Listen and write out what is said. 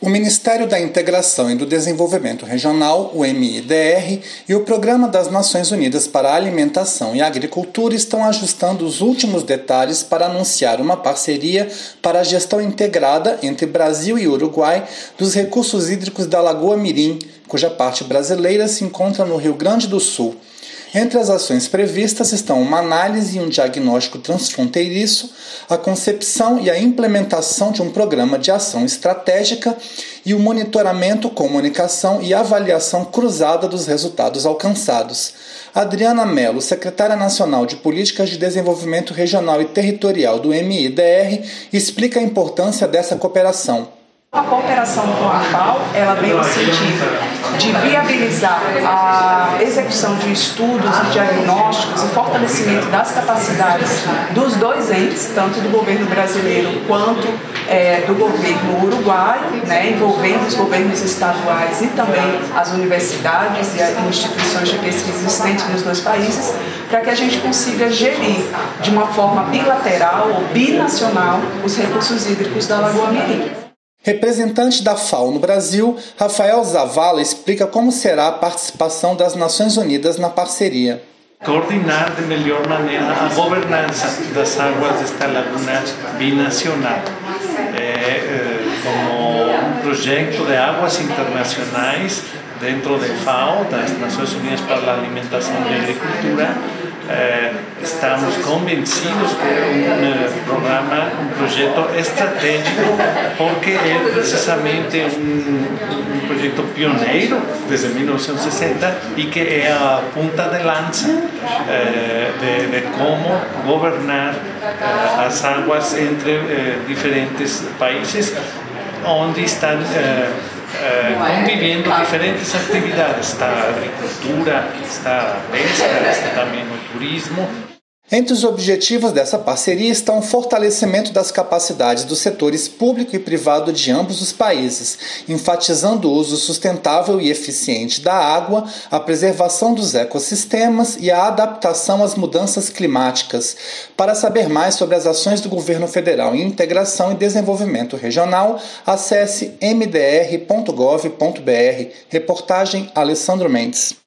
O Ministério da Integração e do Desenvolvimento Regional, o MIDR, e o Programa das Nações Unidas para a Alimentação e Agricultura estão ajustando os últimos detalhes para anunciar uma parceria para a gestão integrada entre Brasil e Uruguai dos recursos hídricos da Lagoa Mirim, cuja parte brasileira se encontra no Rio Grande do Sul. Entre as ações previstas estão uma análise e um diagnóstico transfronteiriço, a concepção e a implementação de um programa de ação estratégica e o monitoramento, comunicação e avaliação cruzada dos resultados alcançados. Adriana Mello, secretária nacional de Políticas de Desenvolvimento Regional e Territorial do MIDR, explica a importância dessa cooperação. A cooperação com a FAO, ela vem no sentido de viabilizar a execução de estudos e diagnósticos e fortalecimento das capacidades dos dois entes, tanto do governo brasileiro quanto do governo uruguaio, envolvendo os governos estaduais e também as universidades e instituições de pesquisa existentes nos dois países, para que a gente consiga gerir de uma forma bilateral ou binacional os recursos hídricos da Lagoa Mirim. Representante da FAO no Brasil, Rafael Zavala explica como será a participação das Nações Unidas na parceria. Coordenar de melhor maneira a governança das águas desta laguna binacional. Como um projeto de águas internacionais dentro da FAO, das Nações Unidas para a Alimentação e Agricultura, estamos convencidos que é um programa, um projeto estratégico, porque é precisamente um projeto pioneiro desde 1960 e que é a ponta de lança de como governar as águas entre diferentes países onde estão convivendo diferentes atividades. Está a agricultura, está a pesca, está também o turismo. Entre os objetivos dessa parceria estão o fortalecimento das capacidades dos setores público e privado de ambos os países, enfatizando o uso sustentável e eficiente da água, a preservação dos ecossistemas e a adaptação às mudanças climáticas. Para saber mais sobre as ações do governo federal em integração e desenvolvimento regional, acesse mdr.gov.br. Reportagem Alessandro Mendes.